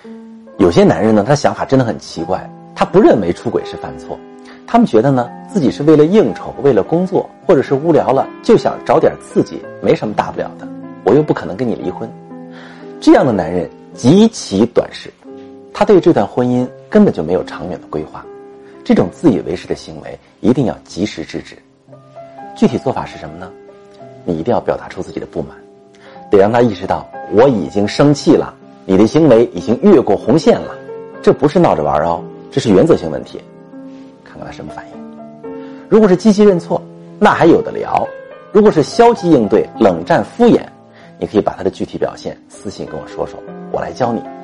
有些男人呢，他想法真的很奇怪，他不认为出轨是犯错，他们觉得呢，自己是为了应酬，为了工作，或者是无聊了就想找点刺激，没什么大不了的，我又不可能跟你离婚。这样的男人极其短视，他对这段婚姻根本就没有长远的规划，这种自以为是的行为一定要及时制止。具体做法是什么呢？你一定要表达出自己的不满，得让他意识到我已经生气了，你的行为已经越过红线了，这不是闹着玩哦，这是原则性问题。看看他什么反应。如果是积极认错，那还有的聊；如果是消极应对、冷战敷衍，你可以把他的具体表现私信跟我说说，我来教你。